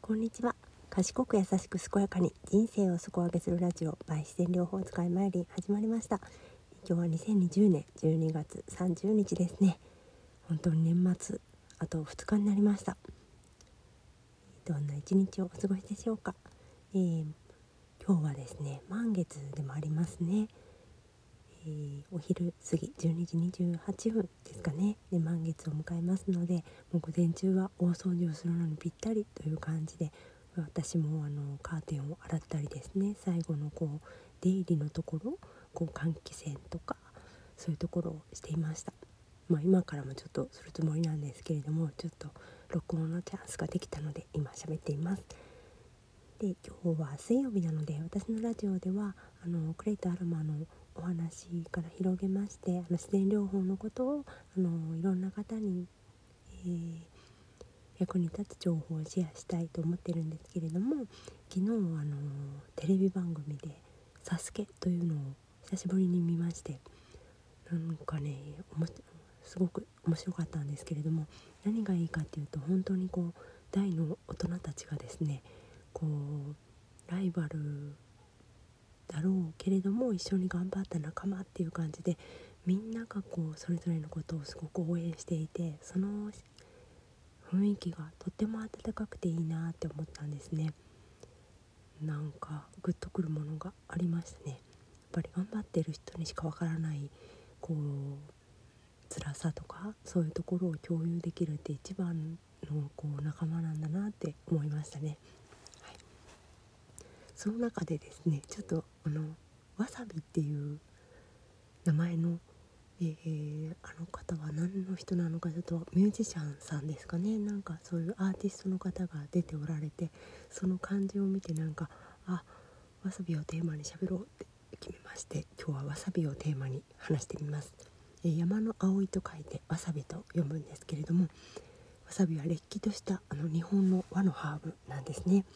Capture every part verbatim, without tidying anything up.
こんにちは。賢く優しく健やかに人生を底上げするラジオ by 自然療法使いマイリン始まりました。今日はにせんにじゅうねんじゅうにがつさんじゅうにちですね。本当に年末あとふつかになりました。どんな一日をお過ごしでしょうか。えー、今日はですね満月でもありますね。えー、お昼過ぎじゅうにじにじゅうはっぷんですかねで満月を迎えますので、もう午前中は大掃除をするのにぴったりという感じで、私もあのカーテンを洗ったりですね、最後のこう出入りのところ、こう換気扇とかそういうところをしていました。まあ今からもちょっとするつもりなんですけれども、ちょっと録音のチャンスができたので今喋っています。で今日は水曜日なので、私のラジオではあのクレイとアロマのお話から広げまして、あの自然療法のことをあのいろんな方に、えー、役に立つ情報をシェアしたいと思ってるんですけれども、昨日あのテレビ番組でサスケというのを久しぶりに見まして、なんかねすごく面白かったんですけれども、何がいいかっていうと、本当にこう大の大人たちがですね、こうライバルだろうけれども一緒に頑張った仲間っていう感じで、みんながこうそれぞれのことをすごく応援していて、その雰囲気がとっても温かくていいなって思ったんですね。なんかグッとくるものがありましたね。やっぱり頑張ってる人にしかわからないこう辛さとか、そういうところを共有できるって一番のこう仲間なんだなって思いましたね。はい、その中でですね、ちょっとあのわさびっていう名前の、えー、あの方は何の人なのか、ちょっとミュージシャンさんですかね、なんかそういうアーティストの方が出ておられて、その感じを見てなんかあわさびをテーマに喋ろうって決めまして、今日はわさびをテーマに話してみます。えー、山の葵と書いてわさびと読むんですけれども、わさびはれっきとしたあの日本の和のハーブなんですね。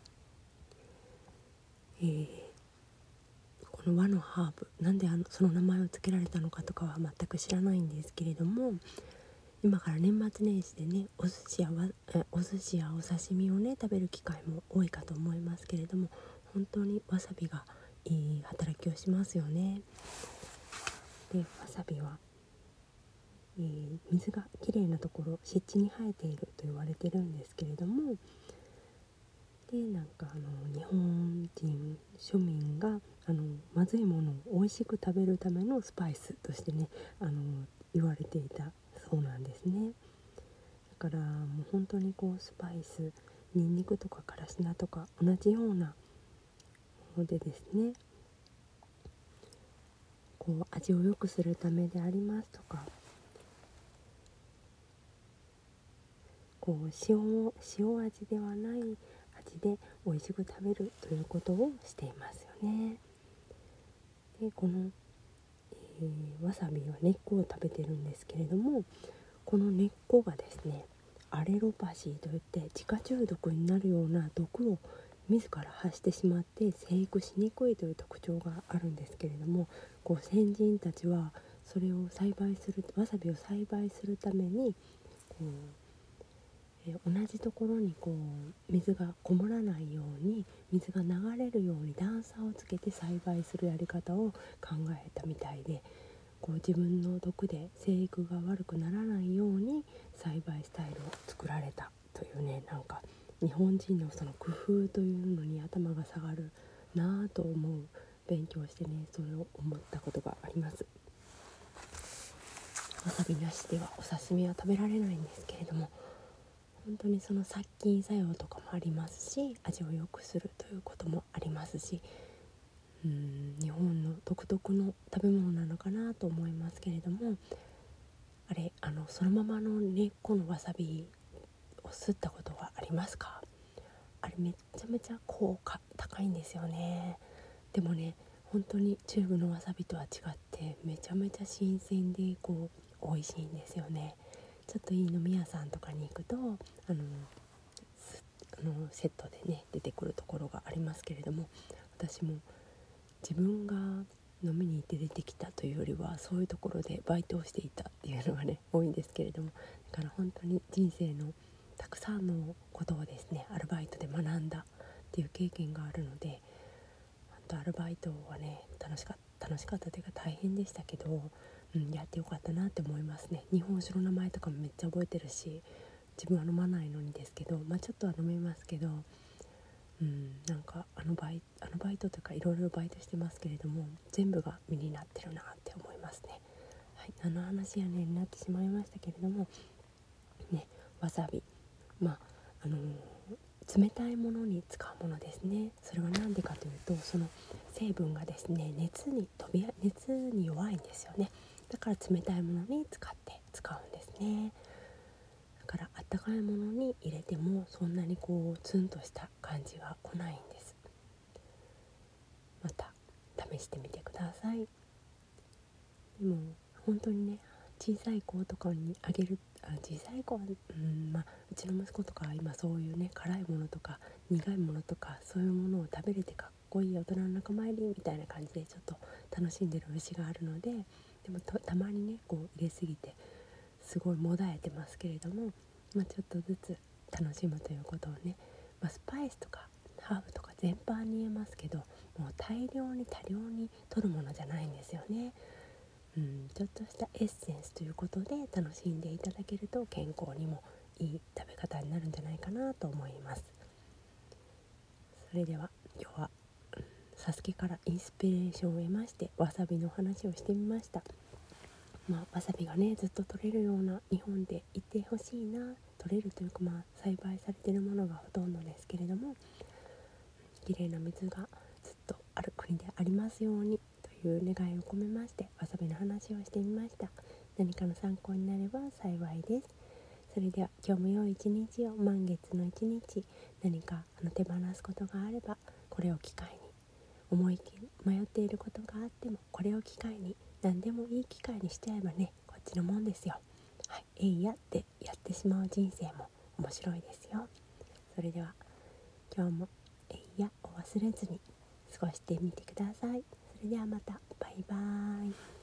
えーこの和のハーブ、なんであのその名前を付けられたのかとかは全く知らないんですけれども、今から年末年始でね、お寿司やわお寿司やお刺身をね食べる機会も多いかと思いますけれども、本当にわさびがいい働きをしますよね。でわさびは、えー、水がきれいなところ、湿地に生えていると言われてるんですけれども、でなんかあの日本人庶民があのまずいものを美味しく食べるためのスパイスとしてね、あの言われていたそうなんですね。だからもう本当にこうスパイス、ニンニクとかカラシナとか同じようなものでですね、こう味を良くするためでありますとか、こう塩を塩味ではない味で美味しく食べるということをしていますよね。でこの、えー、わさびは根っこを食べてるんですけれども、この根っこがですねアレロパシーといって、自家中毒になるような毒を自ら発してしまって生育しにくいという特徴があるんですけれども、こう先人たちはそれを栽培するわさびを栽培するためにこうえ同じところにこう水がこもらないように、水が流れるように段差をつけて栽培するやり方を考えたみたいで、こう自分の毒で生育が悪くならないように栽培スタイルを作られたというね、なんか日本人のその工夫というのに頭が下がるなぁと思う勉強をしてね、それを思ったことがあります。わさびなしではお刺身は食べられないんですけれども、本当にその殺菌作用とかもありますし、味を良くするということもありますし、うーん日本の独特の食べ物なのかなと思いますけれども、あれあのそのままの根っこのわさびを吸ったことはありますか？あれめちゃめちゃ効果高いんですよね。でもね、本当にチューブのわさびとは違ってめちゃめちゃ新鮮でこう美味しいんですよね。ちょっといい飲み屋さんとかに行くとあのあのセットでね出てくるところがありますけれども、私も自分が飲みに行って出てきたというよりは、そういうところでバイトをしていたっていうのがね多いんですけれども、だから本当に人生のたくさんのことをですねアルバイトで学んだっていう経験があるので、あとアルバイトはね楽しかった楽しかったというか大変でしたけど、うん、やってよかったなって思いますね。日本酒の名前とかもめっちゃ覚えてるし、自分は飲まないのにですけど、まあ、ちょっとは飲めますけど、うん、なんかあのバイあのバイトとかいろいろバイトしてますけれども、全部が身になってるなって思いますね。はい、何の話やねんになってしまいましたけれどもね、わさび、まああのー、冷たいものに使うものですね。それは何でかというと、その成分がですね熱に飛び熱に弱いんですよね。だから冷たいものに使って使うんですね。だからあったかいものに入れてもそんなにこうツンとした感じが来ないんです。また試してみてください。でも本当にね、小さい子とかにあげるあ小さい子は、うんまあ、うちの息子とかは今そういうね辛いものとか苦いものとかそういうものを食べれてかっこいい大人の仲間入りみたいな感じでちょっと楽しんでる節があるので、でも た, たまにねこう入れすぎてすごいもだえてますけれども、まあ、ちょっとずつ楽しむということをね、まあ、スパイスとかハーブとか全般に言えますけど、もう大量に多量に取るものじゃないんですよね。うん、ちょっとしたエッセンスということで楽しんでいただけると健康にもいい食べ方になるんじゃないかなと思います。それでは今日は、うん、サスケからインスピレーションを得ましてわさびの話をしてみました。まあ、わさびがねずっと取れるような日本でいてほしいな、取れるというか、まあ栽培されているものがほとんどですけれども、きれいな水がずっとある国でありますようにという願いを込めましてわさびの話をしてみました。何かの参考になれば幸いです。それでは今日も良い一日を、満月の一日、何かあの手放すことがあればこれを機会に、思い切り迷っていることがあってもこれを機会に、何でもいい機会にしちゃえばねこっちのもんですよ。はい、えいやってやってしまう人生も面白いですよ。それでは今日もえいやを忘れずに過ごしてみてください。それではまた、バイバーイ。